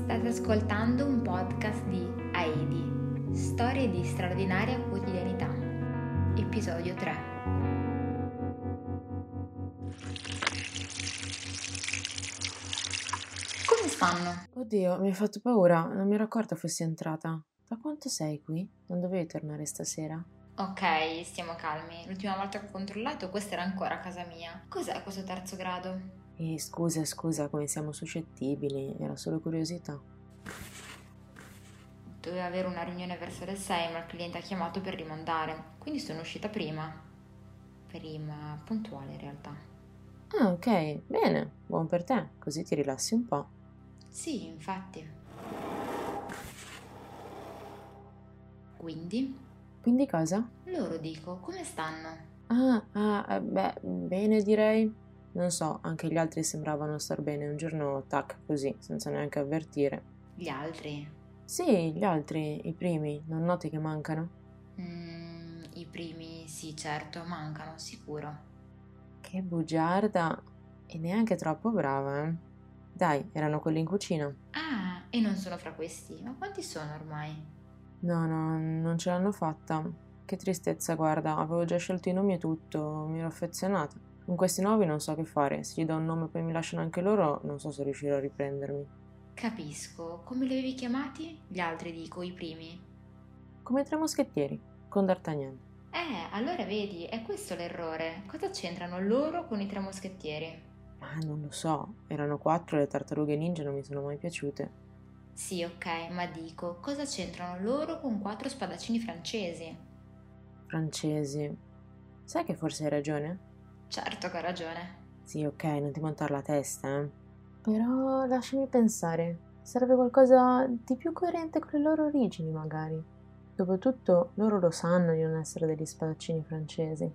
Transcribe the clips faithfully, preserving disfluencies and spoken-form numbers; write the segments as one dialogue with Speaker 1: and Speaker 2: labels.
Speaker 1: State ascoltando un podcast di Aedi, storie di straordinaria quotidianità, episodio tre. Come stanno?
Speaker 2: Oddio, mi hai fatto paura, non mi ero accorta fossi entrata. Da quanto sei qui? Non dovevi tornare stasera?
Speaker 1: Ok, stiamo calmi. L'ultima volta che ho controllato questa era ancora casa mia. Cos'è questo terzo grado?
Speaker 2: E scusa, scusa, come siamo suscettibili, era solo curiosità.
Speaker 1: Doveva avere una riunione verso le sei, ma il cliente ha chiamato per rimandare, quindi sono uscita prima. Prima, puntuale in realtà.
Speaker 2: Ah, ok, bene, buon per te, così ti rilassi un po'.
Speaker 1: Sì, infatti. Quindi?
Speaker 2: Quindi cosa?
Speaker 1: Loro dico, come stanno?
Speaker 2: Ah, ah, eh, beh, bene direi. Non so, anche gli altri sembravano star bene, un giorno tac, così, senza neanche avvertire.
Speaker 1: Gli altri?
Speaker 2: Sì, gli altri, i primi, non noti che mancano?
Speaker 1: Mm, I primi, sì, certo, mancano, sicuro.
Speaker 2: Che bugiarda, e neanche troppo brava, eh. Dai, erano quelli in cucina.
Speaker 1: Ah, e non sono fra questi, ma quanti sono ormai?
Speaker 2: No, no, non ce l'hanno fatta. Che tristezza, guarda, avevo già scelto i nomi e tutto, mi ero affezionata. Con questi nuovi non so che fare, se gli do un nome e poi mi lasciano anche loro, non so se riuscirò a riprendermi.
Speaker 1: Capisco, come li avevi chiamati? Gli altri dico, i primi.
Speaker 2: Come i tre moschettieri, con D'Artagnan.
Speaker 1: Eh, allora vedi, è questo l'errore. Cosa c'entrano loro con i tre moschettieri?
Speaker 2: Ma non lo so, erano quattro e le tartarughe ninja non mi sono mai piaciute.
Speaker 1: Sì, ok, ma dico, cosa c'entrano loro con quattro spadaccini francesi?
Speaker 2: Francesi. Sai che forse hai ragione?
Speaker 1: Certo che ho ragione.
Speaker 2: Sì, ok, non ti montare la testa, eh. Però lasciami pensare, serve qualcosa di più coerente con le loro origini, magari. Dopotutto, loro lo sanno di non essere degli spadaccini francesi.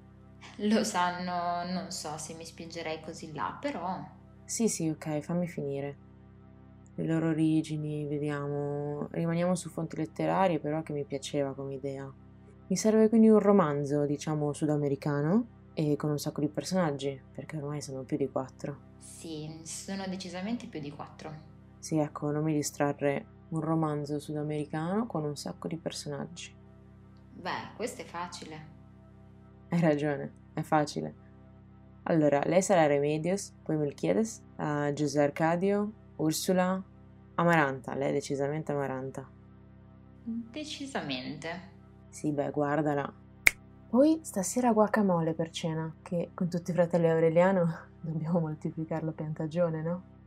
Speaker 1: Lo sanno, non so se mi spingerei così là, però...
Speaker 2: Sì, sì, ok, fammi finire. Le loro origini, vediamo. Rimaniamo su fonti letterarie, però che mi piaceva come idea. Mi serve quindi un romanzo, diciamo, sudamericano e con un sacco di personaggi, perché ormai sono più di quattro.
Speaker 1: Sì, sono decisamente più di quattro.
Speaker 2: Sì, ecco, non mi distrarre. Un romanzo sudamericano con un sacco di personaggi.
Speaker 1: Beh, questo è facile.
Speaker 2: Hai ragione, è facile. Allora, lei sarà Remedios, poi Melchiades, uh, Giuseppe Arcadio, Ursula, Amaranta, lei è decisamente Amaranta.
Speaker 1: Decisamente.
Speaker 2: Sì, beh, guardala. Poi stasera guacamole per cena, che con tutti i fratelli Aureliano dobbiamo moltiplicarlo a piantagione, no?